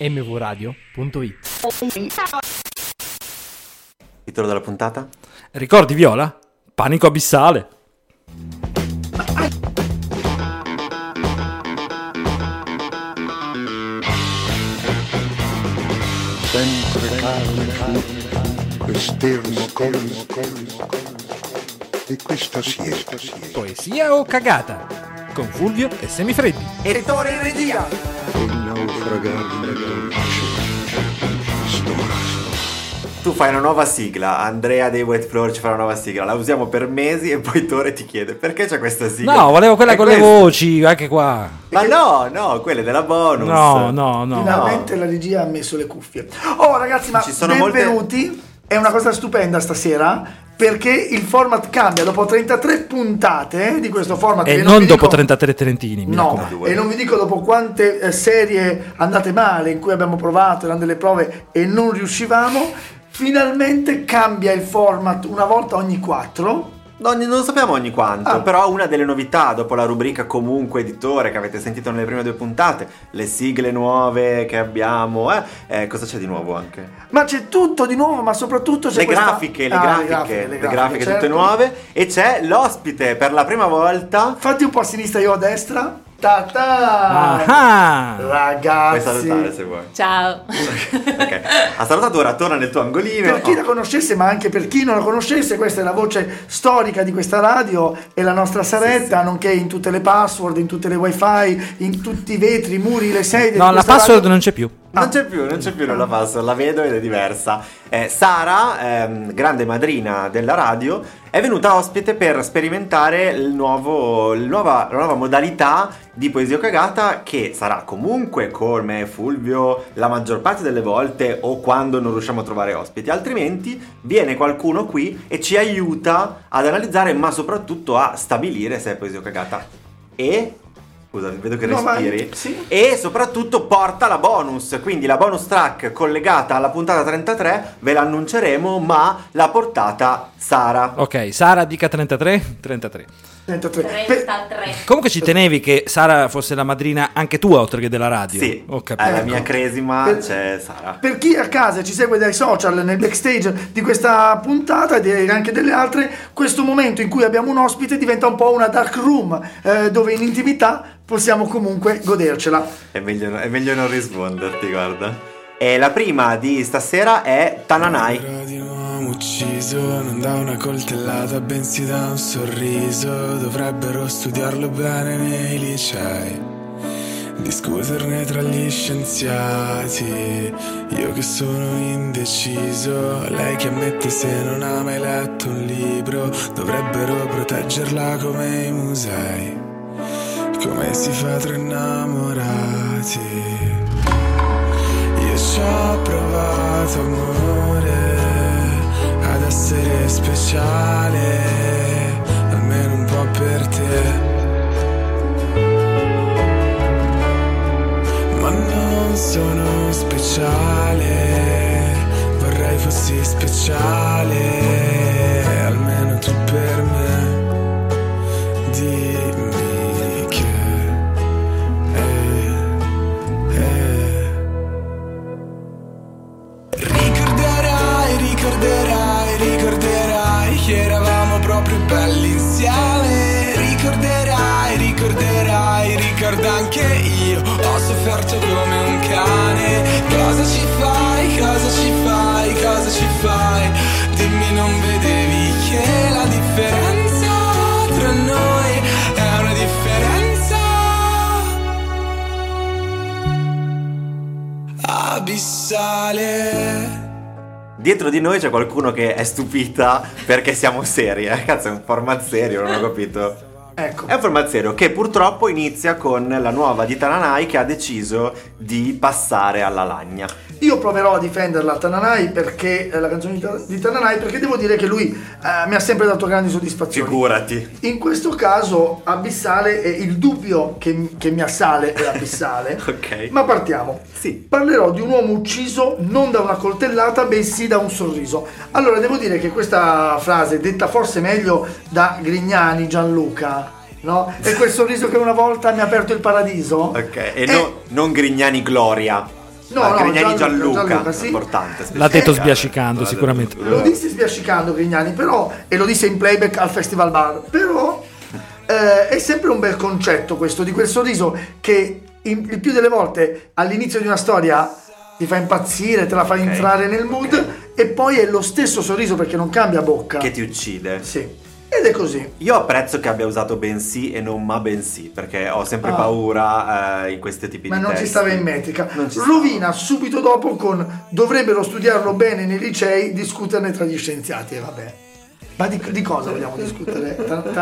mvradio.it. Titolo della puntata? Ricordi Viola? Panico abissale. Sempre calmo, quest'ermo colmo, e questa siesta. Poesia o cagata? Con Fulvio e Semifreddi. Editore in regia! Il naufragare dolce, storace. Tu fai una nuova sigla, Andrea dei Wet Floor ci fa una nuova sigla, la usiamo per mesi e poi Tore ti chiede perché c'è questa sigla? No, volevo quella È con questa. le voci, anche qua. Ma no, quelle della bonus. No. Finalmente la regia ha messo le cuffie. Oh ragazzi, ma Ci sono benvenuti. È una cosa stupenda stasera perché il format cambia dopo 33 puntate di questo format. E che non vi dopo dico- 33 trentini, mi No, raccomando. e non vi dico dopo quante serie andate male in cui abbiamo provato, erano delle prove e non riuscivamo. Finalmente cambia il format una volta ogni 4. No, non sappiamo ogni quanto, Ah. però una delle novità dopo la rubrica comunque editore che avete sentito nelle prime 2 puntate, le sigle nuove che abbiamo, cosa c'è di nuovo anche? Ma c'è tutto di nuovo, ma soprattutto c'è Le questa- grafiche, le grafiche, tutte certo. nuove, e c'è l'ospite per la prima volta. Fatti un po' a sinistra, io a destra. Ta-ta! Ah! Puoi Ragazzi, salutare se vuoi. Ciao. Ok, ha salutato, ora torna nel tuo angolino. per chi la conoscesse, ma anche per chi non la conoscesse, questa è la voce storica di questa radio e la nostra Saretta, nonché in tutte le password, in tutte le wifi, in tutti i vetri, i muri, le sedie. No, di la questa password radio. non c'è più. Non c'è più la password, la vedo ed è diversa. Sara, grande madrina della radio, è venuta ospite per sperimentare la nuova modalità di Poesia o Cagata, che sarà comunque con me e Fulvio la maggior parte delle volte o quando non riusciamo a trovare ospiti, altrimenti viene qualcuno qui e ci aiuta ad analizzare, ma soprattutto a stabilire se è Poesia o Cagata. E... Scusa, vedo che No, respiri. sì. E soprattutto porta la bonus, quindi la bonus track collegata alla puntata 33 ve la annunceremo, ma l'ha portata Sara. Ok, Sara dica 33. 33. 33. Comunque ci tenevi che Sara fosse la madrina anche tua, oltre che della radio. Sì, Ho capito. alla mia cresima Per- c'è Sara. Per chi a casa ci segue dai social, nel backstage di questa puntata e anche delle altre, questo momento in cui abbiamo un ospite diventa un po' una dark room, dove in intimità possiamo comunque godercela. È meglio non risponderti, guarda. E la prima di stasera è Tananai. Però di un uomo ucciso non da una coltellata bensì da un sorriso. Dovrebbero studiarlo bene nei licei, discuterne tra gli scienziati. Io che sono indeciso, lei che ammette se non ha mai letto un libro. Dovrebbero proteggerla come i musei, come si fa tra innamorati. Io ci ho provato amore, ad essere speciale, almeno un po' per te. Ma non sono speciale, vorrei fossi speciale, almeno tu per me. Dimmi che ricorderai che eravamo proprio belli insieme. Ricorderai, ricorda anche io, ho sofferto come un cane. Cosa ci fai? Dimmi, non vedevi che la differenza tra noi è una differenza abissale. Dietro di noi c'è qualcuno che è stupita perché siamo seri. Cazzo, è un format serio, non ho capito. Ecco. È un format serio che purtroppo inizia con la nuova di Tananai, che ha deciso di passare alla lagna. Io proverò a difenderla Tananai perché la canzone di Tananai, perché devo dire che lui mi ha sempre dato grandi soddisfazioni. Figurati. In questo caso abissale, il dubbio che mi assale è abissale. Ok. Ma partiamo. Sì. Parlerò di un uomo ucciso non da una coltellata, bensì da un sorriso. Allora, devo dire che questa frase, detta forse meglio da Grignani Gianluca, no? È quel sorriso che una volta mi ha aperto il paradiso. Ok. E non Grignani Gloria. No, Grignani Gianluca, sì. importante. L'ha detto specificare. sbiascicando sicuramente. Lo disse sbiascicando Grignani, però, e lo disse in playback al Festival Bar, però è sempre un bel concetto questo, di quel sorriso che il più delle volte all'inizio di una storia ti fa impazzire, te la fa entrare nel mood, e poi è lo stesso sorriso perché non cambia bocca. Che ti uccide. Sì. Ed è così. Io apprezzo che abbia usato bensì e non ma bensì, perché ho sempre paura in questi tipi Ma di non testi. ci stava in metrica. Non ci stava. Rovina subito dopo con dovrebbero studiarlo bene nei licei, discuterne tra gli scienziati, e vabbè. Ma di cosa vogliamo discutere?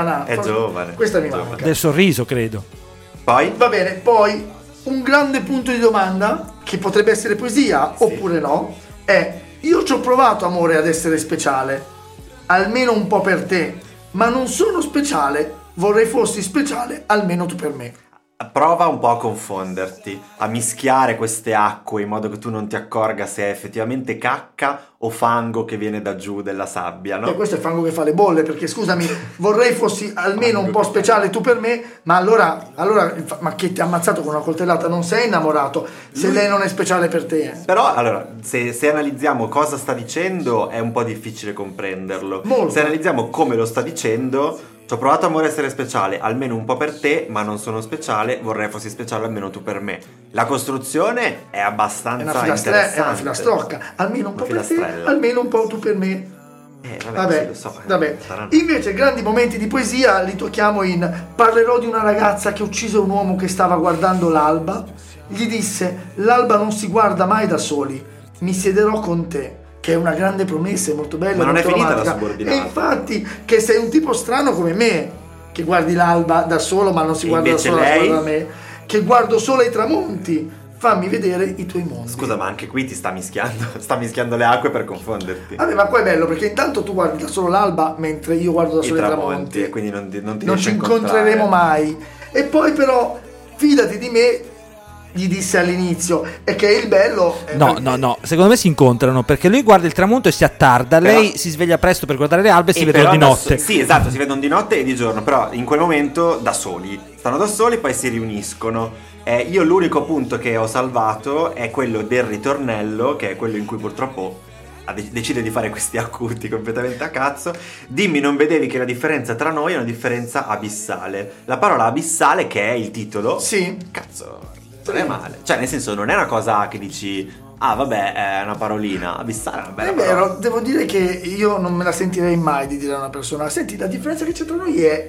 È giovane. Questa mi È manca. Del sorriso, credo. Poi? Va bene, poi un grande punto di domanda, che potrebbe essere poesia oppure no, è: io ci ho provato, amore, ad essere speciale, almeno un po' per te, ma non sono speciale, vorrei fossi speciale almeno tu per me. Prova un po' a confonderti, a mischiare queste acque in modo che tu non ti accorga se è effettivamente cacca o fango che viene da giù della sabbia, no? E questo è il fango che fa le bolle, perché scusami, vorrei fossi almeno un po' speciale tu per me, ma allora ma che ti ha ammazzato con una coltellata, non sei innamorato se lei non è speciale per te. Però allora, se analizziamo cosa sta dicendo è un po' difficile comprenderlo. Molto. Se analizziamo come lo sta dicendo: ci ho provato, amore, a essere speciale, almeno un po' per te, ma non sono speciale, vorrei fossi speciale almeno tu per me. La costruzione è abbastanza interessante. È una filastrocca, almeno un po' per te, almeno un po' tu per me. Vabbè, sì, lo so. Vabbè. Invece grandi momenti di poesia li tocchiamo in parlerò di una ragazza che uccise un uomo che stava guardando l'alba. Gli disse: l'alba non si guarda mai da soli, mi siederò con te. Che è una grande promessa, è molto bella. Ma non è molto finita romantica. la subordinata. E infatti, che sei un tipo strano come me, che guardi l'alba da solo, ma non si guarda da invece solo, lei? guarda da me, che guardo solo i tramonti, fammi vedere i tuoi mondi. Scusa, ma anche qui ti sta mischiando le acque per confonderti. Vabbè, ma qua è bello perché intanto tu guardi da solo l'alba mentre io guardo da I solo i tramonti, tramonti, e quindi non ti non riesci ci a incontreremo incontrare. mai. E poi però fidati di me, gli disse all'inizio, e che è il bello. No, secondo me si incontrano perché lui guarda il tramonto e si attarda, Però- lei si sveglia presto per guardare le albe e si però vedono di notte. sì, esatto, si vedono di notte e di giorno, però in quel momento da soli. Stanno da soli, poi si riuniscono. Io l'unico punto che ho salvato è quello del ritornello, che è quello in cui purtroppo decide di fare questi acuti completamente a cazzo. Dimmi, non vedevi che la differenza tra noi è una differenza abissale. La parola abissale, che è il titolo, Sì. cazzo, non è male. Cioè, nel senso, non è una cosa che dici: ah, vabbè, è una parolina. Abissale è una bella È parola. vero, devo dire che io non me la sentirei mai di dire a una persona: senti, la differenza che c'è tra noi è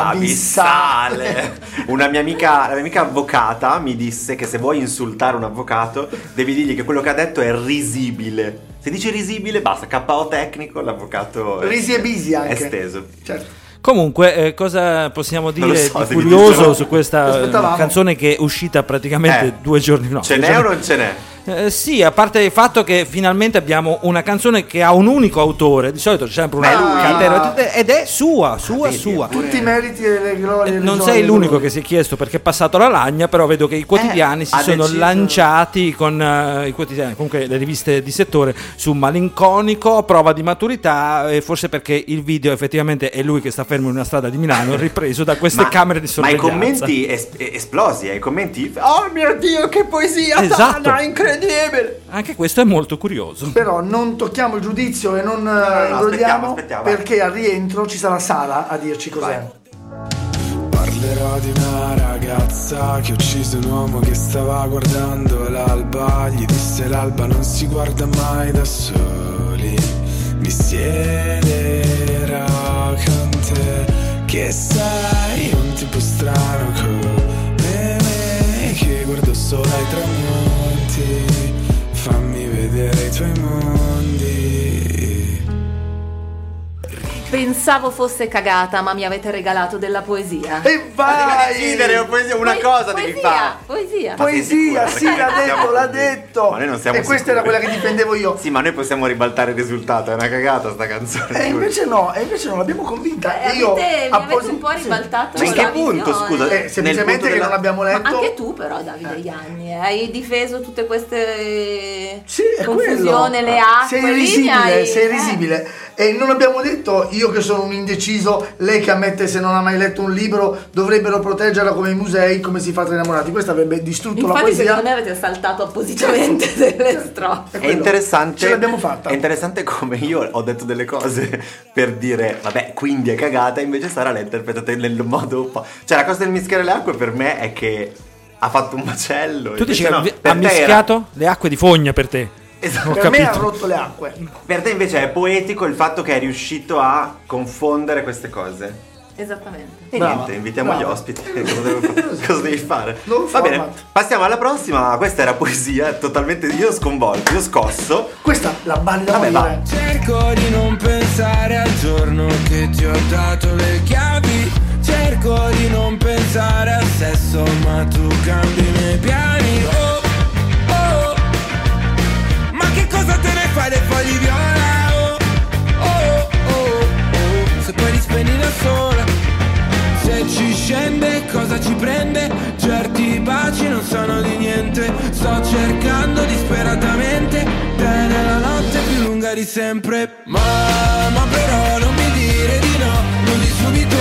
abissale. La mia amica avvocata mi disse che se vuoi insultare un avvocato devi dirgli che quello che ha detto è risibile. Se dici risibile basta, KO tecnico, l'avvocato Risi e bisi anche. è steso. Certo. Comunque, cosa possiamo Non lo dire so, di devi curioso dircelo. su questa Aspettavamo. canzone che è uscita praticamente 2 giorni fa? Ce n'è o non ce n'è? Sì, a parte il fatto che finalmente abbiamo una canzone che ha un unico autore. Di solito c'è sempre un ed è sua. Tutti i meriti e le glorie. Non sei l'unico che si è chiesto perché è passato la lagna, però vedo che i quotidiani si ha sono deciso. lanciati con i quotidiani, comunque le riviste di settore, su Malinconico, prova di maturità, e forse perché il video effettivamente è lui che sta fermo in una strada di Milano, ripreso da queste camere di Ma i sorveglianza. commenti esplosi, i commenti: oh mio Dio, che poesia Esatto. sana, incredibile. Anche questo è molto curioso. Però non tocchiamo il giudizio e non imbrogliamo, aspettiamo, vai. perché al rientro ci sarà Sara a dirci cos'è. Parlerò di una ragazza che uccise un uomo che stava guardando l'alba. Gli disse: l'alba non si guarda mai da soli, mi siederò con te, che sei un tipo strano come me, che guardo solo ai tramonti, fammi vedere i tuoi mondi. Pensavo fosse cagata, ma mi avete regalato della poesia. E Ma vai! decidere una cosa devi fare. Poesia. Poesia, sei sì, sicura? l'ha Perché detto. Ma noi non siamo e questa sicuri. era quella che difendevo io. Sì, ma noi possiamo ribaltare il risultato, è una cagata sta canzone. E invece no, l'abbiamo convinta. E io mi avete un po' ribaltato. Ma in che la punto, visione. scusa? semplicemente che non abbiamo Ma letto. anche tu però, Davide Ianni, hai difeso tutte queste Sì, è confusione, quello. le acque. Sei lì risibile, hai- sei risibile. E non abbiamo detto, io io che sono un indeciso, lei che ammette se non ha mai letto un libro, dovrebbero proteggerla come i musei, come si fa tra innamorati. Questo avrebbe distrutto la Infatti poesia. secondo me avete saltato appositamente delle strofe. È interessante. Ce l'abbiamo fatta. È interessante come io ho detto delle cose per dire, vabbè, quindi è cagata, invece Sara l'ha interpretata nel modo. Cioè, la cosa del mischiare le acque per me è che ha fatto un macello. Tu dici Invece che no, per ha te mischiato le acque di fogna per te. Esatto. Ho Per me ha capito. rotto le acque. Per te invece è poetico il fatto che è riuscito a confondere queste cose. Esattamente. E Brava, niente, invitiamo brava. gli ospiti. Cosa devi fare? Nuovo Va bene, format. passiamo alla prossima. Questa era poesia, totalmente. Io sconvolto, io scosso. Questa la balli da Vabbè, morire. Cerco di non pensare al giorno che ti ho dato le chiavi. Cerco di non pensare al sesso, ma tu cambi i miei piani. Oh, oh, ma che cosa te ne fai dei fogli viola? Oh, oh, oh, oh, se poi li spegni da sola. Se ci scende cosa ci prende? Certi baci non sono di niente. Sto cercando disperatamente te nella notte più lunga di sempre. Ma però non mi dire di no, non di subito,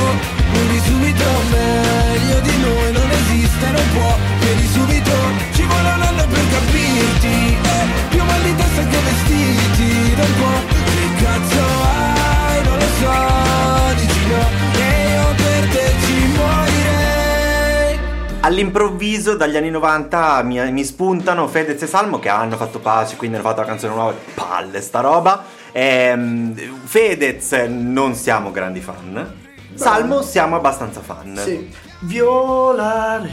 meglio di noi non esiste, non può, chiedi subito, ci vuole un anno per capirti, più mal di testa che vestiti, da un po', che cazzo hai, non lo so, dici no, e io per te ci morirei. All'improvviso dagli anni 90 mi spuntano Fedez e Salmo che hanno fatto pace, quindi hanno fatto la canzone nuova. Palle sta roba. Fedez non siamo grandi fan. Salmo siamo abbastanza fan. Sì. Violare.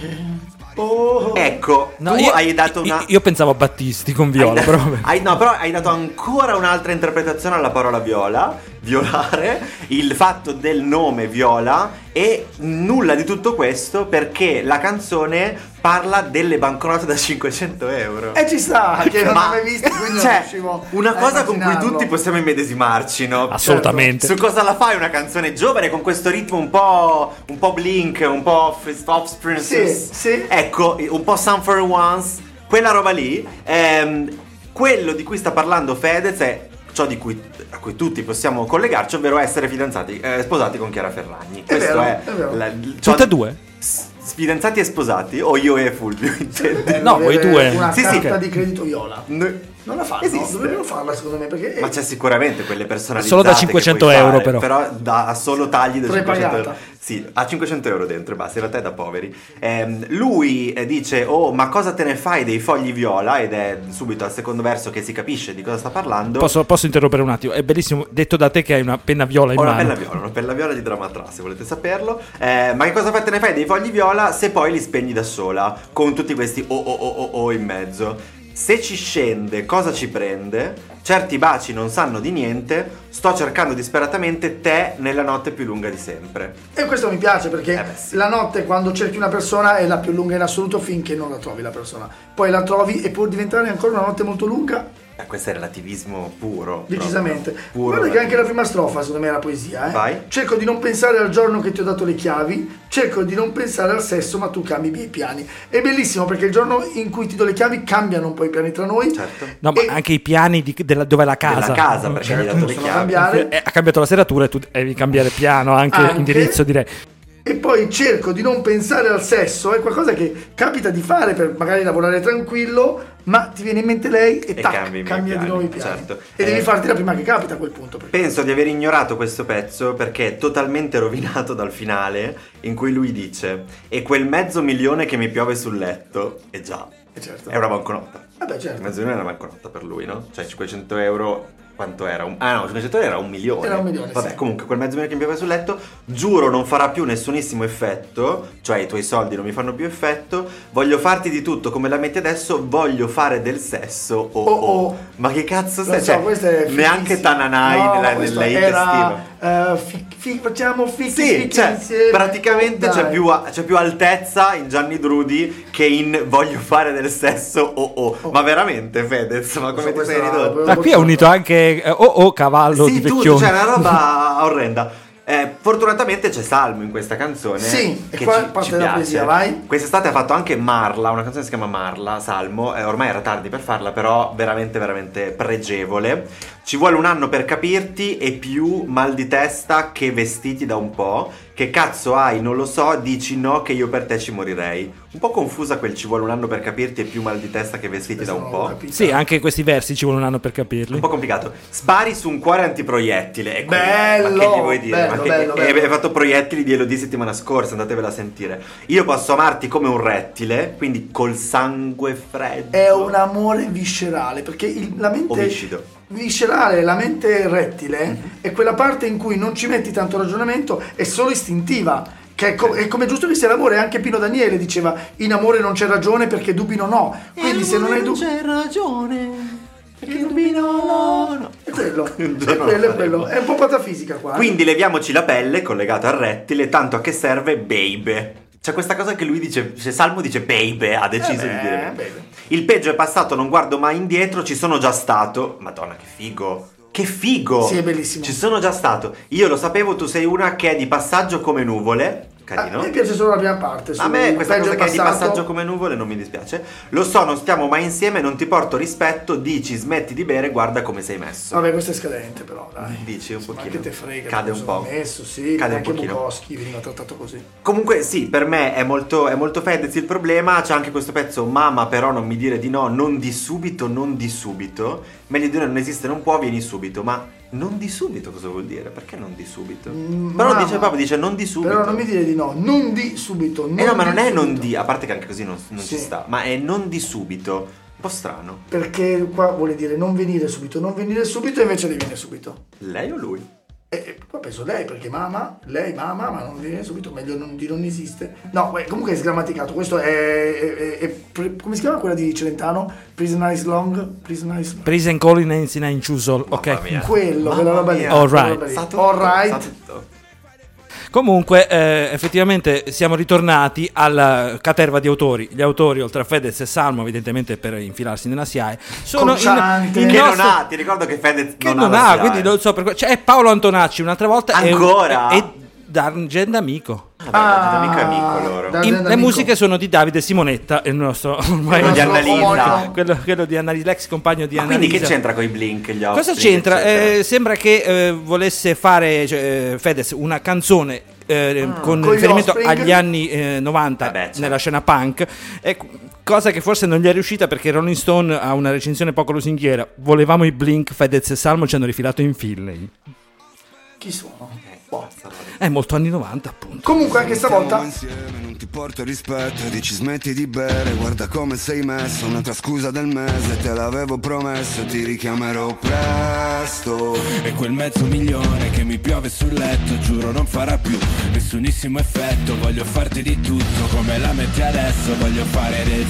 Oh. Ecco, No, tu hai dato una. io pensavo a Battisti con Viola, però vabbè. Però hai dato ancora un'altra interpretazione alla parola viola, violare, il fatto del nome Viola, e nulla di tutto questo perché la canzone parla delle banconote da 500 euro. E ci sta, che non Ma- ho mai visto, quindi cioè, non riuscivo una a cosa con cui immaginarlo. tutti possiamo immedesimarci, no? Assolutamente. Su cosa la fai una canzone giovane con questo ritmo un po' Blink, un po' Offspring, Sì, sì. ecco, un po' Sum for Once, quella roba lì. Quello di cui sta parlando Fedez è ciò a cui tutti possiamo collegarci, ovvero essere sposati con Chiara Ferragni. È Questo vero, è è vero. Tutte e due? Fidanzati e sposati, o io e Fulvio intendi? No, voi due. Una Sì, sì. carta di credito Viola. Non la fanno, Esiste. dovrebbero farla secondo me perché Ma c'è sicuramente quelle personalizzate Solo da che 500 puoi euro, fare, però. da solo tagli da 500 euro. Prepagata. Sì, a 500 euro dentro e basta, in realtà è da poveri. Lui dice, oh, ma cosa te ne fai dei fogli viola? Ed è subito al secondo verso che si capisce di cosa sta parlando. Posso interrompere un attimo? È bellissimo, detto da te che hai una penna viola in Ho mano. una penna viola di Dramatra, se volete saperlo. Ma che cosa te ne fai dei fogli viola se poi li spegni da sola, con tutti questi oh in mezzo? Se ci scende, cosa ci prende? Certi baci non sanno di niente. Sto cercando disperatamente te nella notte più lunga di sempre. E questo mi piace perché beh, sì. la notte quando cerchi una persona è la più lunga in assoluto finché non la trovi la persona. Poi la trovi e può diventare ancora una notte molto lunga. Questo è relativismo puro. Decisamente. proprio. Puro Guarda che anche la prima strofa secondo me era poesia. Vai. Cerco di non pensare al giorno che ti ho dato le chiavi. Cerco di non pensare al sesso, ma tu cambi i miei piani. È bellissimo perché il giorno in cui ti do le chiavi cambiano un po' i piani tra noi. Certo. No, ma E- anche i piani dove è la casa. Della casa, perché gli hai dato le possono chiavi. cambiare. Ha cambiato la serratura e tu devi cambiare piano, anche indirizzo, direi. E poi cerco di non pensare al sesso, è qualcosa che capita di fare per magari lavorare tranquillo, ma ti viene in mente lei e tac, cambi i miei cambia di piani, nuovo i piani. certo. E devi fartela prima che capita a quel punto. perché- Penso di aver ignorato questo pezzo perché è totalmente rovinato dal finale in cui lui dice e quel $500,000 che mi piove sul letto, e già, certo. è una banconota. Vabbè, certo. $500,000 è una banconota per lui, no? Cioè 500 euro, quanto era? 500 euro era $1.000.000. Era $1.000.000, Vabbè, sì. comunque quel $500,000 che mi piove sul letto, giuro non farà più nessunissimo effetto, cioè i tuoi soldi non mi fanno più effetto, voglio farti di tutto come la metti adesso, voglio fare del sesso, Oh. Ma che cazzo Lo sei? so, Cioè, questo è neanche fighissimo. Tananai No, nella questo hit era, estiva. facciamo fichi Sì, cioè, insieme. praticamente Oh, c'è dai. più altezza in Gianni Drudi che in voglio fare del sesso Ma veramente, Fedez, ma come ti questo sei era ridotto? proprio- Ma qui ha unito anche cavallo Sì, di tutto, vecchione. cioè una roba orrenda. Fortunatamente c'è Salmo in questa canzone. Sì, e che qua ci parte la piace. poesia, vai. Quest'estate ha fatto anche Marla, una canzone che si chiama Marla, Salmo. Ormai era tardi per farla, però veramente, veramente pregevole. Ci vuole un anno per capirti e più mal di testa che vestiti da un po'. Che cazzo hai? Non lo so, dici no che io per te ci morirei. Un po' confusa quel ci vuole un anno per capirti e più mal di testa che vestiti da un po'. Sì, anche questi versi ci vuole un anno per capirli. Un po' complicato. Spari su un cuore antiproiettile. E Bello, ma che gli vuoi dire? bello. Hai fatto proiettili di Elodie settimana scorsa, andatevela a sentire. Io posso amarti come un rettile, quindi col sangue freddo. È un amore viscerale, perché la mente... O viscido. Viscerale, la mente rettile è quella parte in cui non ci metti tanto ragionamento, è solo istintiva, che è come giusto che sia l'amore. Anche Pino Daniele diceva: in amore non c'è ragione perché dubbi non ho. Quindi se non hai dubbi c'è ragione perché dubbi non ho. è quello, è un po' patafisica qua. Quindi leviamoci la pelle collegata al rettile, tanto a che serve baby. C'è questa cosa che lui dice, se Salmo dice baby, ha deciso di dire baby. Il peggio è passato, non guardo mai indietro, ci sono già stato. Madonna, che figo. Che figo. Sì, è bellissimo. Ci sono già stato. Io lo sapevo, tu sei una che è di passaggio come nuvole. Carino. A me piace solo la prima parte. A me questa peggio cosa che è di passato. passaggio come nuvole non mi dispiace. Lo so, non stiamo mai insieme, non ti porto rispetto, dici smetti di bere, guarda come sei messo. Vabbè, questo è scadente però, dai. Dici un Ma pochino. che te frega. Cade un po'. Messo, sì, Cade un anche pochino. Bukowski veniva trattato così. Comunque sì, per me è molto Fedez il problema. C'è anche questo pezzo, mamma però non mi dire di no, non di subito. Meglio di no, non esiste, non può, vieni subito. Ma non di subito cosa vuol dire? Perché non di subito? Però mamma, dice proprio, dice non di subito. Però non mi dire di no, non di subito. No, ma non è non subito. di, a parte che anche così non Sì. ci sta, ma è non di subito. Un po' strano. Perché qua vuole dire non venire subito e invece devi venire subito. Lei o lui? Qua penso lei, perché mamma, ma non viene subito, meglio non esiste. No, comunque è sgrammaticato. Questo come si chiama quella di Celentano? Prison Ice Long? Prison Calling in Chusol, Mamma ok. mia. Quello, Mamma quella roba lì. mia. All right. quella roba lì. Sa tutto, All right. sa tutto. Comunque, effettivamente siamo ritornati alla caterva di autori. Gli autori, oltre a Fedez e Salmo, evidentemente per infilarsi nella SIAE, sono Cocciante. il Che nostro... non ha, ti ricordo che Fedez che non non ha, ha, la SIAE. quindi non so per c'è Paolo Antonacci un'altra volta Ancora? e D'Argent Amico. Vabbè, amico è amico loro. D'Argent Le Amico. musiche sono di Davide Simonetta, il nostro ormai Quello di Annalisa. omonimo. quello di Annalisa, l'ex compagno di Ma Annalisa. quindi che c'entra con i Blink, gli Cosa Offspring, c'entra? eccetera? Sembra che volesse fare Fedez una canzone con Con gli riferimento Offspring? agli anni 90 certo. nella scena punk, cosa che forse non gli è riuscita perché Rolling Stone ha una recensione poco lusinghiera. Volevamo i Blink, Fedez e Salmo ci hanno rifilato in Finlay. Chi sono? È molto anni 90 appunto. Comunque anche stavolta Stiamo insieme, non ti porto rispetto e dici smetti di bere, guarda come sei messo, un'altra scusa del mese, te l'avevo promesso, ti richiamerò presto. E quel $500,000 che mi piove sul letto, giuro non farà più nessunissimo effetto. Voglio farti di tutto come la metti adesso, voglio fare del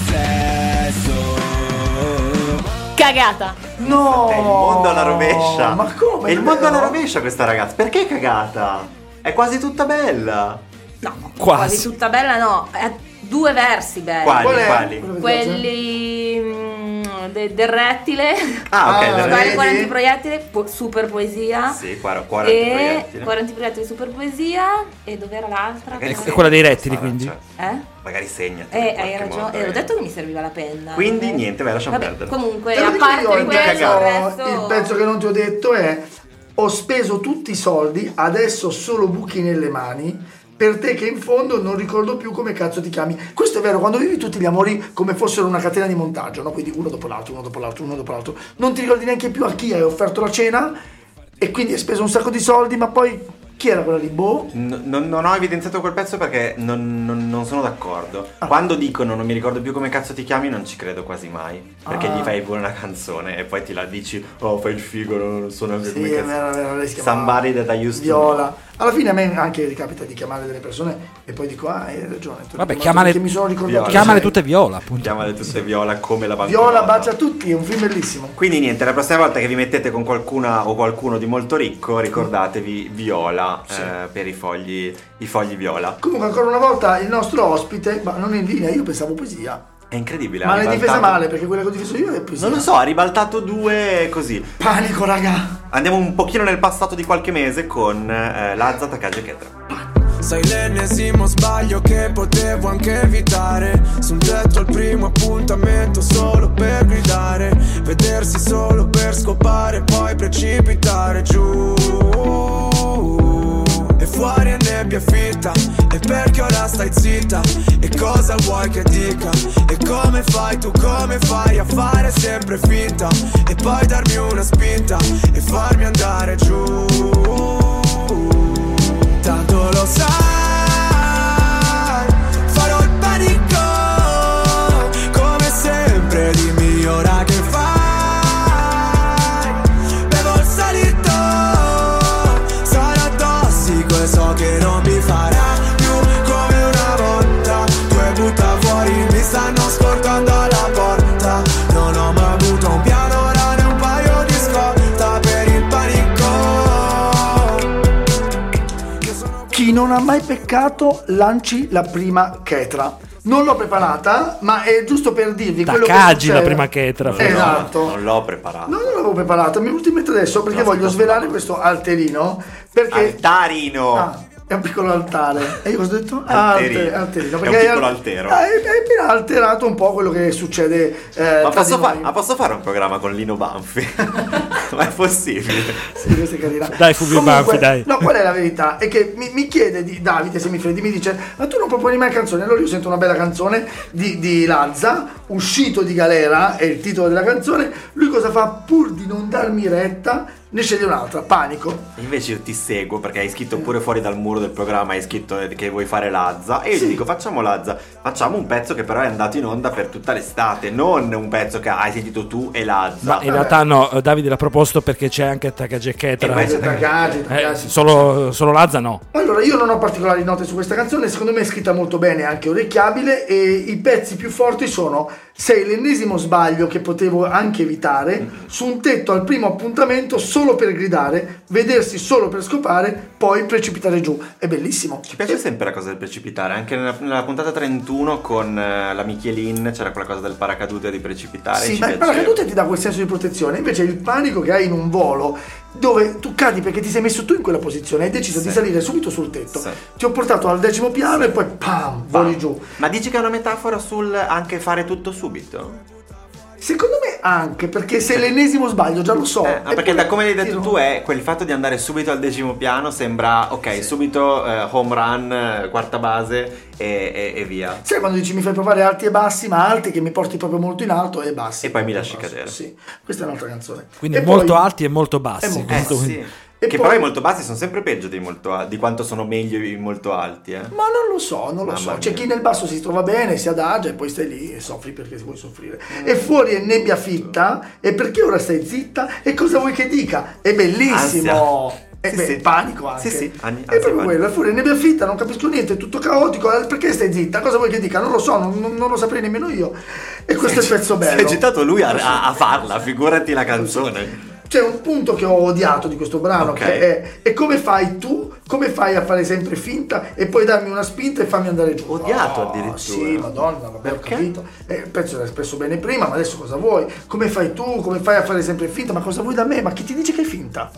sesso. Cagata. no. È il mondo alla rovescia. Ma come? È il mondo vero? alla rovescia questa ragazza. Perché è cagata? È quasi tutta bella. No, Quasi. tutta bella no. Ha due versi belli. Quali? Qual è? Quali? Quello che ti piace? Quelli del rettile. Ah, ok. Ah, la- vedi? 40 proiettili, super poesia. Sì, 40 E proiettili. 40 proiettili super poesia. E dov'era l'altra? Magari È segna quella dei questa rettili, storia, quindi? cioè, Eh? magari segnati. Hai ragione. Ho detto che mi serviva la penna. Quindi niente, vai, lasciamo Vabbè, perdere. comunque, Te lo a dico io, parte il questo, il pezzo- resto... il pezzo che non ti ho detto è: ho speso tutti i soldi, adesso solo buchi nelle mani, per te che in fondo non ricordo più come cazzo ti chiami. Questo è vero, quando vivi tutti gli amori come fossero una catena di montaggio, no? Quindi uno dopo l'altro, non ti ricordi neanche più a chi hai offerto la cena e quindi hai speso un sacco di soldi, ma poi chi era quella lì? Boh. Non ho evidenziato quel pezzo perché non sono d'accordo. Quando dicono non mi ricordo più come cazzo ti chiami, non ci credo quasi mai. Perché gli fai pure una canzone e poi ti la dici, oh, fai il figo, non so neanche Sì, come è cazzo. vero, lei si chiama Somebody that I used to Viola. know. Alla fine a me anche ricapita di chiamare delle persone e poi dico, hai ragione. ti ho Vabbè, richiamato chiamale- perché mi sono ricordato Viola. che Chiamale sei. tutte Viola, appunto. Chiamale tutte Viola come la Viola banconota. bacia tutti, è un film bellissimo. Quindi niente, la prossima volta che vi mettete con qualcuna o qualcuno di molto ricco, ricordatevi Viola per i fogli viola. Comunque ancora una volta il nostro ospite, ma non in linea, io pensavo poesia. È incredibile. Ma ha l'hai ribaltato- difesa male, perché quella che ho difeso io è poesia. Non lo so, ha ribaltato 2 così. Panico, raga. Andiamo un pochino nel passato di qualche mese con Lazza, Takagi e Ketra. Sei l'ennesimo sbaglio che potevo anche evitare. Su un tetto al primo appuntamento solo per gridare. Vedersi solo per scopare, poi precipitare giù. E fuori è nebbia fitta. E perché ora stai zitta? E cosa vuoi che dica? E come fai tu, come fai a fare sempre finta? E poi darmi una spinta e farmi andare giù. Tanto lo sai, farò il panico. Come sempre dimmi ora che fai. Bevo il salito, sarà tossico e so che non mi farà più come una volta. Tu hai butta fuori, mi stanno scordando alla porta. Non ho mai avuto un piano, ora né un paio di scorta per il panico. Chi non ha mai peccato lanci la prima Ketra. Non l'ho preparata, ma è giusto per dirvi quello che Takagi succede. la prima Ketra. Esatto. Non l'ho preparato. No, non l'avevo preparata, mi è venuto in mente adesso perché voglio svelare questo alterino. Perché Altarino. è un piccolo altare. E io cosa ho detto? Alterino. Alterino. È Perché un piccolo altero. Hai appena alterato un po' quello che succede. Ma tra di noi. posso fare un programma con Lino Banfi? Ma è possibile? Sì, questa è carina. Dai, Fulvio Comunque, Banfi, dai. No, qual è la verità? È che mi chiede di Davide Semifreddi, mi dice: ma tu non proponi mai canzoni? Allora io sento una bella canzone di Lazza, Uscito di galera è il titolo della canzone. Lui cosa fa? Pur di non darmi retta, ne sceglie un'altra, Panico. Invece io ti seguo perché hai scritto pure fuori dal muro del programma, hai scritto che vuoi fare Lazza. E io Sì. ti dico facciamo Lazza, facciamo un pezzo che però è andato in onda per tutta l'estate, non un pezzo che hai sentito tu e Lazza. Ma in realtà no, Davide l'ha proposto perché c'è anche Takagi e Ketra. E poi Takagi. Solo Lazza no. Allora, io non ho particolari note su questa canzone, secondo me è scritta molto bene, anche orecchiabile, e i pezzi più forti sono Sei l'ennesimo sbaglio che potevo anche evitare, Su un tetto al primo appuntamento solo per gridare, Vedersi solo per scopare, poi precipitare giù. È bellissimo. Ci piace sempre la cosa del precipitare, anche nella puntata 31 con la Michelin c'era quella cosa del paracadute di precipitare. Sì, ci ma il piaceva. paracadute ti dà quel senso di protezione, invece il panico che hai in un volo dove tu cadi perché ti sei messo tu in quella posizione, hai deciso di salire subito sul tetto, Sì. ti ho portato al 10° piano e poi pam, voli giù. Ma dici che è una metafora sul anche fare tutto subito? Secondo me anche, perché se l'ennesimo sbaglio già lo so. Perché da come l'hai detto tiro. tu è quel fatto di andare subito al 10° piano sembra ok, subito home run, quarta base e via. Sai quando dici mi fai provare alti e bassi, ma alti che mi porti proprio molto in alto e bassi. E poi mi lasci Basso, cadere. Sì, questa è un'altra canzone. Quindi E molto poi- alti e molto bassi. molto Questo bassi. quindi. E Che poi- però i molto bassi sono sempre peggio di quanto sono meglio i molto alti, Ma non lo so, non lo so. C'è chi nel basso si trova bene, si adagia e poi stai lì e soffri perché vuoi soffrire. E fuori è nebbia fitta, e perché ora stai zitta? E cosa vuoi che dica? È bellissimo! Ansia. Sì, sì. Panico anche. Sì, sì, È ansia, proprio panico. quello, è fuori è nebbia fitta, non capisco niente, è tutto caotico, perché stai zitta? Cosa vuoi che dica? Non lo so, non lo saprei nemmeno io. E questo è il pezzo bello. Si è agitato lui a farla, figurati la canzone. C'è un punto che ho odiato di questo brano, Ok. che è come fai tu, come fai a fare sempre finta e poi darmi una spinta e farmi andare giù. Odiato addirittura. Sì, madonna, vabbè, Perché? ho capito. Il pezzo l'hai espresso bene prima, ma adesso cosa vuoi? Come fai tu, come fai a fare sempre finta? Ma cosa vuoi da me? Ma chi ti dice che è finta?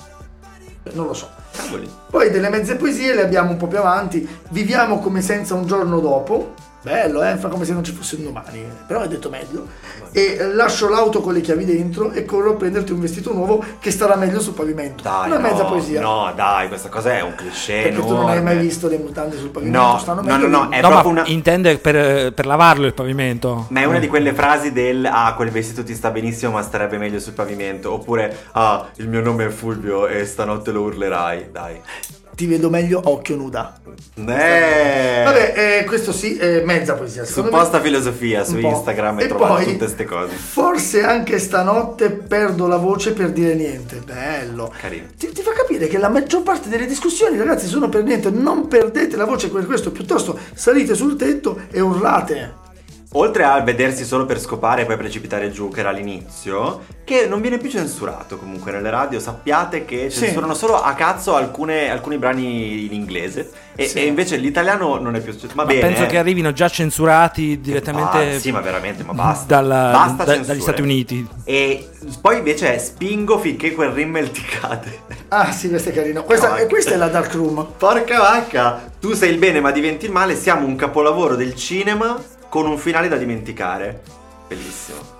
Non lo so. Cavoli. Poi delle mezze poesie le abbiamo un po' più avanti. Viviamo come senza un giorno dopo. Bello, fa come se non ci fosse un domani. Però hai detto meglio. E lascio l'auto con le chiavi dentro e corro a prenderti un vestito nuovo che starà meglio sul pavimento. Dai, Una mezza no, poesia. No, dai, questa cosa è un cliché. Perché tu non hai mai enorme. visto le mutande sul pavimento? No, Stanno no, meglio no, lì. è No, ma proprio una... intende per lavarlo il pavimento. Ma è una di quelle frasi del quel vestito ti sta benissimo ma starebbe meglio sul pavimento. Oppure il mio nome è Fulvio e stanotte lo urlerai. Dai. Ti vedo meglio occhio nuda. Vabbè, questo sì, è mezza poesia. Su Secondo Posta me, Filosofia su un po'. Instagram e E trovate poi, tutte queste cose. Forse anche stanotte perdo la voce per dire niente. Bello. Carino. Ti fa capire che la maggior parte delle discussioni, ragazzi, sono per niente. Non perdete la voce per questo, piuttosto salite sul tetto e urlate. oltre a vedersi solo per scopare e poi precipitare giù, che era l'inizio, che non viene più censurato comunque nelle radio, sappiate che censurano solo a cazzo alcuni brani in inglese e invece l'italiano non è più ma penso che arrivino già censurati direttamente sì, ma veramente, ma basta dagli Stati Uniti. E poi invece spingo finché quel rimmel ti cade. Ah sì, questo è carino. Questa è la Dark Room. Porca vacca, tu sei il bene ma diventi il male, siamo un capolavoro del cinema con un finale da dimenticare. Bellissimo.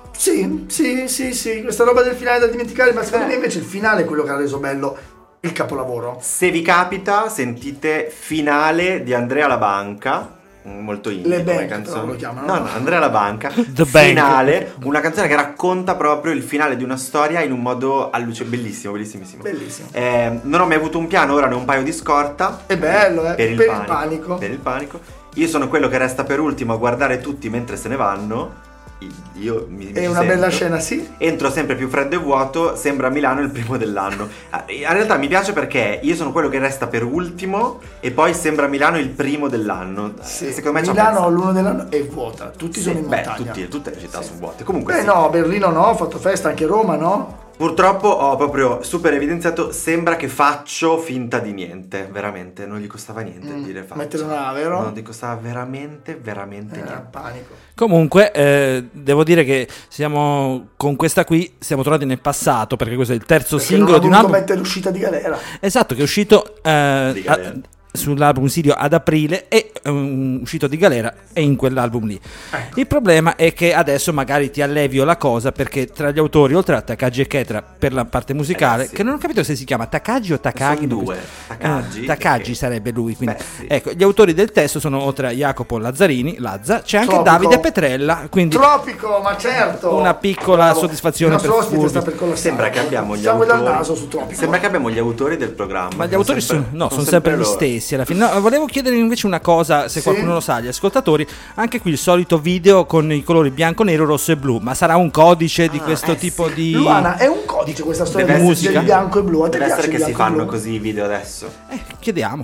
Sì, questa roba del finale da dimenticare, ma secondo me invece il finale è quello che ha reso bello il capolavoro. Se vi capita, sentite Finale di Andrea La Banca, molto indie come canzone. Lo chiamano, no, Andrea La Banca. The Finale, una canzone che racconta proprio il finale di una storia in un modo bellissimo. Non ho mai avuto un piano, ora ne ho un paio di scorta. È bello, per il panico. Per il panico. Io sono quello che resta per ultimo a guardare tutti mentre se ne vanno. Io è una bella scena, sì. Entro sempre più freddo e vuoto, sembra Milano il primo dell'anno. In realtà mi piace perché io sono quello che resta per ultimo e poi sembra Milano il primo dell'anno. Sì. Secondo me Milano l'1 dell'anno è vuota, tutti sono in montagna. Tutte le città sono vuote. Comunque no, Berlino no, ho fatto festa, anche Roma no. Purtroppo ho proprio super evidenziato, sembra che faccio finta di niente, veramente, non gli costava niente dire faccio. Mettere una, vero? Non gli costava veramente niente. Panico. Comunque, devo dire che con questa qui siamo tornati nel passato, perché questo è il terzo singolo di un album. Mettere l'uscita di Galera. Esatto, che è uscito sull'album Sirio ad aprile e uscito di Galera e in quell'album lì. Ecco. Il problema è che adesso magari ti allevio la cosa, perché tra gli autori, oltre a Takagi e Ketra per la parte musicale, che non ho capito se si chiama Takagi o Takagi. Sono due. Takagi sarebbe lui, quindi. Sì. Ecco, gli autori del testo sono, oltre a Jacopo Lazzarini, c'è anche Tropico. Davide Petrella, quindi Tropico, ma certo. una piccola soddisfazione per ospite sta per collassare. Sembra che abbiamo gli Siamo autori. dal naso su Tropico. Sembra che abbiamo gli autori del programma. Ma gli autori sono sempre gli loro. stessi alla fine. No, volevo chiedere invece una cosa, se qualcuno lo sa, agli ascoltatori. Anche qui il solito video con i colori bianco, nero, rosso e blu, ma sarà un codice di questo tipo di Luana, è un codice questa storia Deve di musica? del bianco e blu. A te Deve essere piace che il si bianco e fanno blu? così i video adesso. Chiediamo.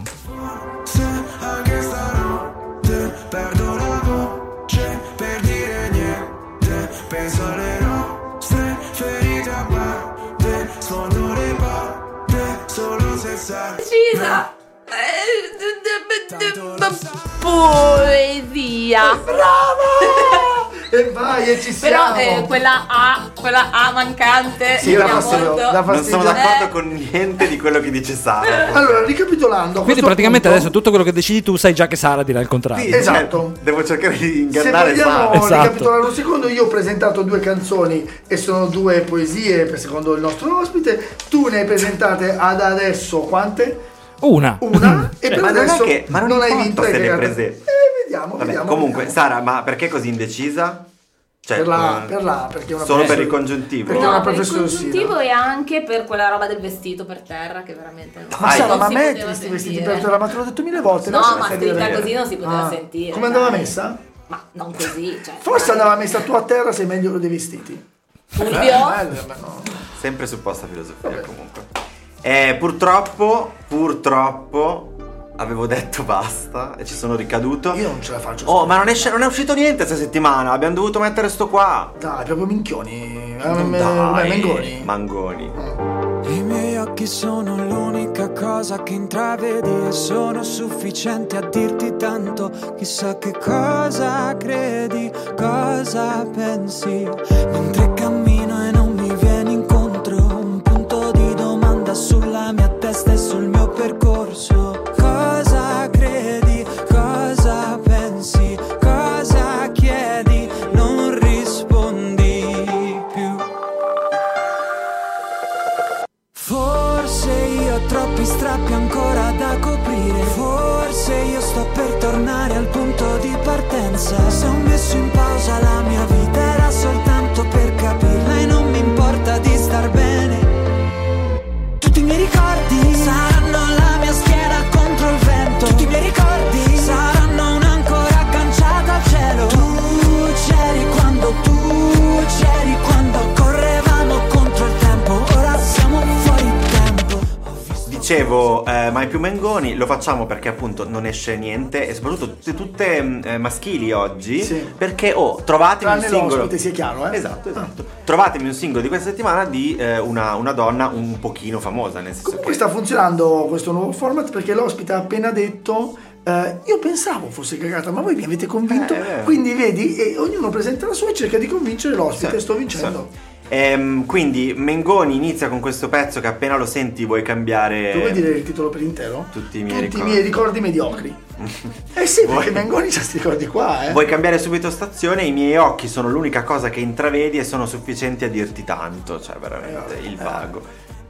Anche stanotte perdo la voce per dire niente. Penso alle nostre ferite a parte, sfondo le porte solo se sai. Precisa. Poesia. Brava! E vai, e ci siamo. Però quella A mancante. Sì, mi dà ha fastidio, molto- dà Non fastidio. sono d'accordo con niente di quello che dice Sara. Allora, ricapitolando, a Quindi questo praticamente punto, adesso tutto quello che decidi tu sai già che Sara dirà il contrario. Sì, Esatto. cioè, devo cercare di se ingannare vogliamo Sara. Esatto. ricapitolare un secondo, io ho presentato 2 canzoni e sono 2 poesie per secondo il nostro ospite. Tu ne hai presentate ad adesso quante? Una. E per Ma non è adesso che- ma non non hai importa vinto. se hai ne cagato. prese- Vediamo. Comunque, vediamo. Sara, ma perché così indecisa? Cioè, perché è una solo per professor- il congiuntivo? perché è No, una per il professoressa. congiuntivo e anche per quella roba del vestito per terra che veramente non, Ma Sara, non ma si metti poteva questi vestiti sentire. per terra, ma te l'ho detto 1000 volte. No, lasciami ma sentire. scritta così non si poteva Ah, sentire. Come andava dai. messa? Ma non così, cioè. Forse andava messa tu a terra, sei meglio dei vestiti. Fulvio? Bello, ma no. Sempre supposta filosofia, comunque. Purtroppo avevo detto basta e ci sono ricaduto. Io non ce la faccio. Oh, ma non è uscito niente questa settimana. Abbiamo dovuto mettere sto qua. Dai, proprio minchioni. Dai, Mengoni. Mangoni. I miei occhi sono l'unica cosa che intravedi e sono sufficienti a dirti tanto. Chissà che cosa credi, cosa pensi. Mentre cammino e non mi vieni incontro, un punto di domanda sulla mia testa e sul mio percorso. Cosa credi, cosa pensi, cosa chiedi, non rispondi più. Forse io ho troppi strappi ancora da coprire. Forse io sto per tornare al punto di partenza. Se ho messo in pausa la mia vita era soltanto per capirla e non mi importa di star bene. Tutti i miei ricordi saranno la mia schiena contro il vento. Tutti i miei ricordi saranno un'ancora agganciata al cielo. Tu c'eri quando correvamo contro il tempo. Ora siamo fuori tempo. Dicevo, mai più Mengoni, lo facciamo perché appunto non esce niente e soprattutto tutte maschili oggi, Sì. perché trovatemi un Tranne singolo. l'ospite, sia chiaro, Esatto. Trovatemi un singolo di questa settimana di una donna un pochino famosa, nel senso Comunque che sta funzionando questo nuovo format perché l'ospite ha appena detto io pensavo fosse cagata, ma voi mi avete convinto, quindi vedi, e ognuno presenta la sua e cerca di convincere l'ospite. Sì, sto vincendo. quindi Mengoni inizia con questo pezzo che appena lo senti vuoi cambiare. Tu vuoi dire il titolo per intero? Tutti i miei miei ricordi mediocri. Sì, perché Mengoni c'ha sti ricordi qua, Vuoi cambiare subito stazione? I miei occhi sono l'unica cosa che intravedi e sono sufficienti a dirti tanto. Cioè veramente il vago.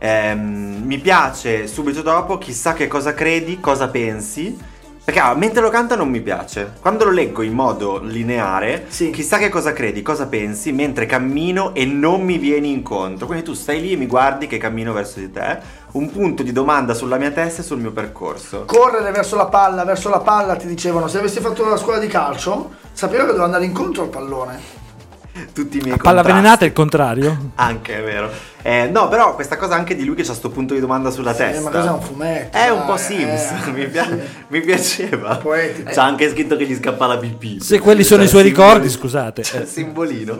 Mi piace subito dopo, chissà che cosa credi, cosa pensi. Perché mentre lo canta non mi piace. Quando lo leggo in modo lineare, Sì. chissà che cosa credi, cosa pensi mentre cammino e non mi vieni incontro. Quindi tu stai lì e mi guardi che cammino verso di te. Un punto di domanda sulla mia testa e sul mio percorso. Correre verso la palla, ti dicevano. Se avessi fatto la scuola di calcio, sapevo che dovevo andare incontro al pallone. Tutti i miei Palla contrasti. avvelenata è il contrario. Anche, è vero. No, però questa cosa anche di lui che c'ha sto punto di domanda sulla testa. Ma cos'è un fumetto? È un po' Sims, mi piaceva. Poetico. C'ha anche scritto che gli scappa la pipì. Se quelli sono i suoi ricordi, scusate. C'è il simbolino.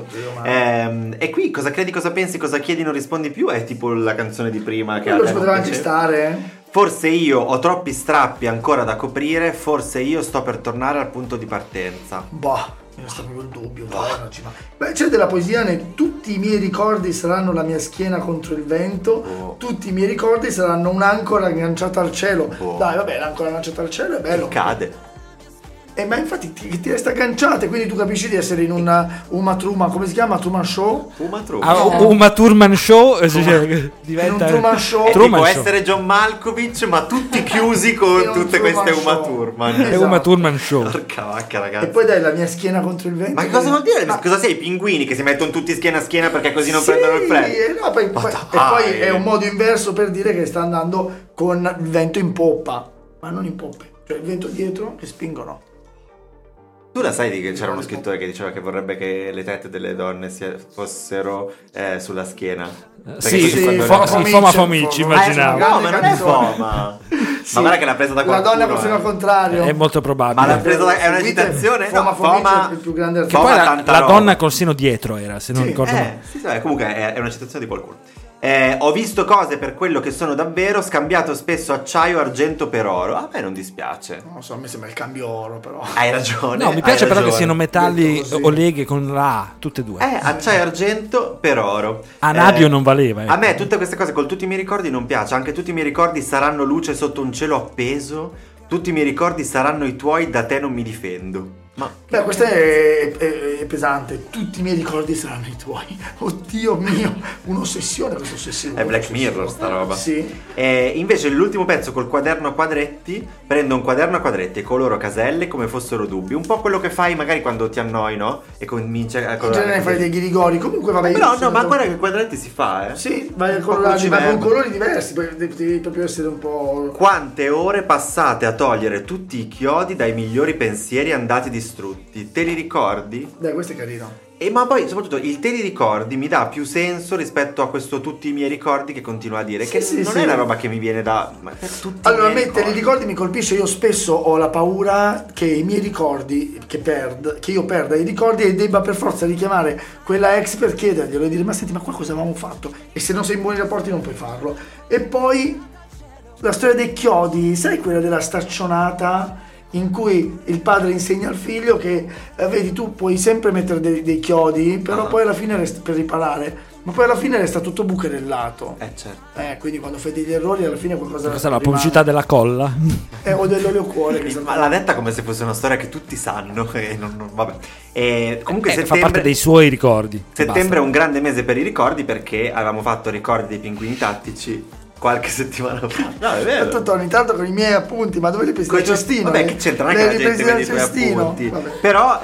E qui cosa credi, cosa pensi, cosa chiedi, non rispondi più? È tipo la canzone di prima che a Quello te ci non poteva anche piaceva. stare. Forse io ho troppi strappi ancora da coprire, forse io sto per tornare al punto di partenza. Boh, mi sta proprio il dubbio. Beh, c'è della poesia tutti i miei ricordi saranno la mia schiena contro il vento, tutti i miei ricordi saranno un'ancora agganciata al cielo. Dai, vabbè, l'ancora agganciata al cielo è bello. Cade. Ma infatti ti resta agganciata, quindi tu capisci di essere in una Uma Truman, come si chiama? Truman Show? Uma Truman. Uma Thurman Show In diventa un Truman Show. È Truman tipo Show. essere John Malkovich, ma tutti chiusi con In un tutte Truman queste Uma Show. Thurman. È Uma Thurman Show. Porca vacca, ragazzi. E poi dai la mia schiena contro il vento. Ma che cosa vuol dire? Ma- Cosa sei? I pinguini che si mettono tutti schiena a schiena perché così non Sì, prendono il freddo? no, poi, Ma poi- dai. e poi è un modo inverso per dire che sta andando con il vento in poppa, ma non in poppe, cioè il vento dietro che spingono. Tu la sai che c'era uno scrittore che diceva che vorrebbe che le tette delle donne fossero sulla schiena? Perché Sì, così quando- Foma Fomici, immaginavo. No, ma non è canzone. Foma. Ma guarda che l'ha presa da La qualcuno. donna persino al contrario. È molto Ma probabile. l'ha presa da... è una Seguite citazione? Foma No, Fomici Foma... è il più grande Che artista. poi tanta la roba. donna col seno dietro era, se non Sì, ricordo male. Sì, comunque è una citazione di qualcuno. Ho visto cose per quello che sono davvero, scambiato spesso acciaio argento per oro. A me non dispiace. Non so, a me sembra il cambio oro però. Hai ragione. No, mi piace hai però che ragione. siano metalli Detto così. o leghe con la A, tutte e due. Acciaio argento per oro. Anadio non valeva. A me tutte queste cose con tutti i miei ricordi non piace. Anche tutti i miei ricordi saranno luce sotto un cielo appeso. Tutti i miei ricordi saranno i tuoi, da te non mi difendo. Ma Beh, questo è pesante. Tutti i miei ricordi saranno i tuoi. Oddio mio, un'ossessione questa ossessione. è Black Mirror sta roba. Sì. Invece l'ultimo pezzo col quaderno a quadretti, prendo un quaderno a quadretti e coloro caselle come fossero dubbi. Un po' quello che fai magari quando ti annoi, no? E cominci a In colorare. genere fai dei ghirigori. Comunque vabbè. Però io no, ma sono- guarda che i quadretti si fa, Sì, vai a Un po' colorarli, ma con cruciverba. colori diversi. Devi proprio essere un po'. Quante ore passate a togliere tutti i chiodi dai migliori pensieri andati distrutti. Te li ricordi? Dai, questo è carino. Ma poi soprattutto il te li ricordi mi dà più senso rispetto a questo tutti i miei ricordi che continua a dire. Sì, che sì, non sì. è una roba che mi viene da... Ma per tutti Allora, i a miei me te li ricordi mi colpisce. Io spesso ho la paura che i miei ricordi, che io perda i ricordi e debba per forza richiamare quella ex per chiederglielo e dire: ma senti, ma qua cosa avevamo fatto? E se non sei in buoni rapporti non puoi farlo. E poi la storia dei chiodi, sai quella della staccionata in cui il padre insegna al figlio che vedi, tu puoi sempre mettere dei chiodi, però poi alla fine resta per riparare, ma poi alla fine resta tutto bucherellato. Certo. Quindi quando fai degli errori alla fine qualcosa Questa è la rimane. pubblicità della colla. O dell'olio cuore che Ma l'ha detta come se fosse una storia che tutti sanno e vabbè. E comunque Fa parte dei suoi ricordi. settembre è un grande mese per i ricordi perché avevamo fatto ricordi dei pinguini tattici qualche settimana fa. No, è vero. tutto ogni tanto con i miei appunti, ma dove li presi Coi dal tuoi- cestino? Vabbè, che c'entra? Non è che la gente vede i tuoi cestino. appunti. Vabbè. Però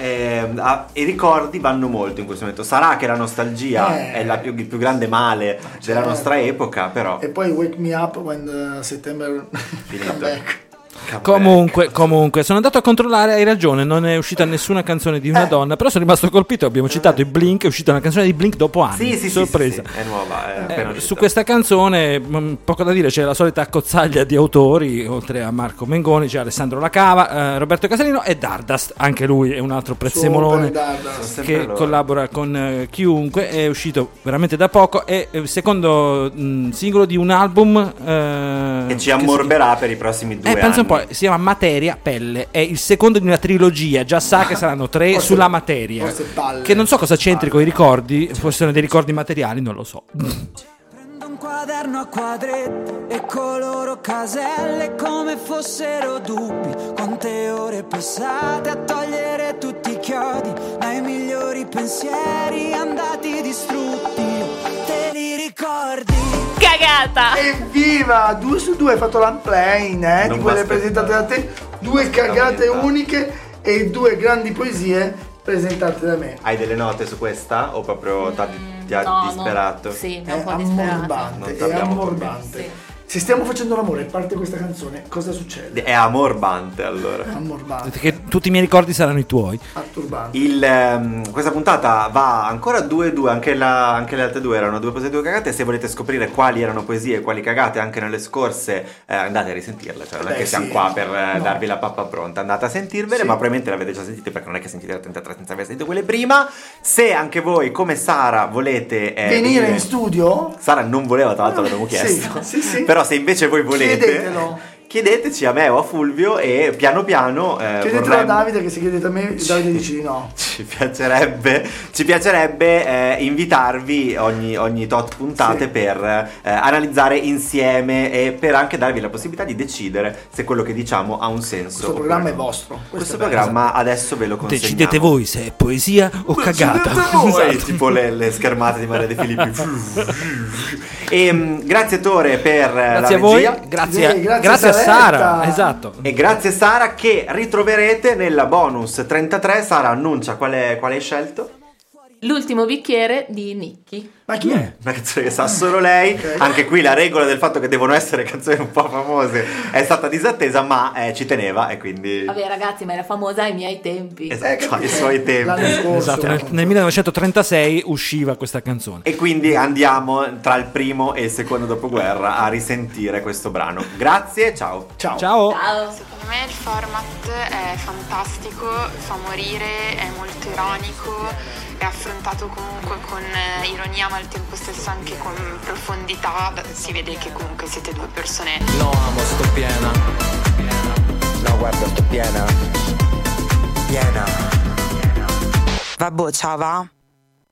i ricordi vanno molto in questo momento. Sarà che la nostalgia è il più grande male della nostra epoca, però E poi Wake Me Up When September Finito. Come Back. Comunque, sono andato a controllare, hai ragione, non è uscita nessuna canzone di una donna, però sono rimasto colpito, abbiamo citato i Blink, è uscita una canzone di Blink dopo anni, sorpresa. Sì, è nuova, è appena uscita. Su questa canzone, poco da dire, c'è la solita cozzaglia di autori, oltre a Marco Mengoni, c'è Alessandro Lacava, Roberto Casalino e Dardust, anche lui è un altro prezzemolone che collabora con chiunque, è uscito veramente da poco, è il secondo singolo di un album che ci ammorberà per i prossimi 2 anni. Pensa un po', si chiama Materia Pelle, è il secondo di una trilogia, già sa che saranno 3 sulla materia, che non so cosa c'entri con i ricordi, forse sono dei ricordi materiali, non lo so. Prendo un quaderno a quadretti e coloro caselle come fossero dubbi, quante ore passate a togliere tutti i chiodi dai migliori pensieri andati distrutti, te li ricordi? Cagata! Evviva! 2 su 2 hai fatto l'unplane, di quelle presentate da te, 2 cagate uniche e 2 grandi poesie presentate da me. Hai delle note su questa o proprio ti ha disperato? No. Sì, mi ha È un po' disperato. ammorbante. Sì. Se stiamo facendo l'amore e parte questa canzone, cosa succede? È ammorbante, allora. Ammorbante. Che tutti i miei ricordi saranno i tuoi. Atturbante. Questa puntata va ancora 2-2, anche le altre 2 erano 2 poesie e 2 cagate. Se volete scoprire quali erano poesie e quali cagate anche nelle scorse, andate a risentirle, cioè non è che siamo qua per darvi la pappa pronta, andate a sentirvele, ma probabilmente le avete già sentite, perché non è che sentite la 33 senza aver sentito quelle prima. Se anche voi, come Sara, volete venire in studio, Sara non voleva, tra l'altro l'abbiamo chiesto, sì. però se invece voi volete, chiedeteci a me o a Fulvio e piano piano chiedetelo a Davide, che se chiedete a me Davide dice di no. Ci piacerebbe invitarvi ogni tot puntate per analizzare insieme e per anche darvi la possibilità di decidere se quello che diciamo ha un senso. Questo programma è vostro. Questo programma adesso ve lo consegniamo. Decidete voi se è poesia o cagata. Voi, tipo le schermate di Maria De Filippi. E grazie Tore per la regia. A voi, grazie a Sara, esatto. E grazie Sara, che ritroverete nella bonus 33. Sara, annuncia qual hai scelto? L'ultimo bicchiere di Nicky. Ma chi è? Una canzone che sa solo lei. Okay. Anche qui la regola del fatto che devono essere canzoni un po' famose è stata disattesa, ma ci teneva e quindi... Vabbè ragazzi, ma era famosa ai miei tempi. Esatto, ai suoi tempi. Esatto, nel 1936 usciva questa canzone. E quindi andiamo tra il primo e il secondo dopoguerra a risentire questo brano. Grazie, ciao. Ciao. Secondo me il format è fantastico, fa morire, è molto ironico, è affrontato comunque con ironia ma al tempo stesso anche con profondità. Si vede che comunque siete 2 persone. No amo, sto piena. No guarda, sto piena. Vabbè, ciao va.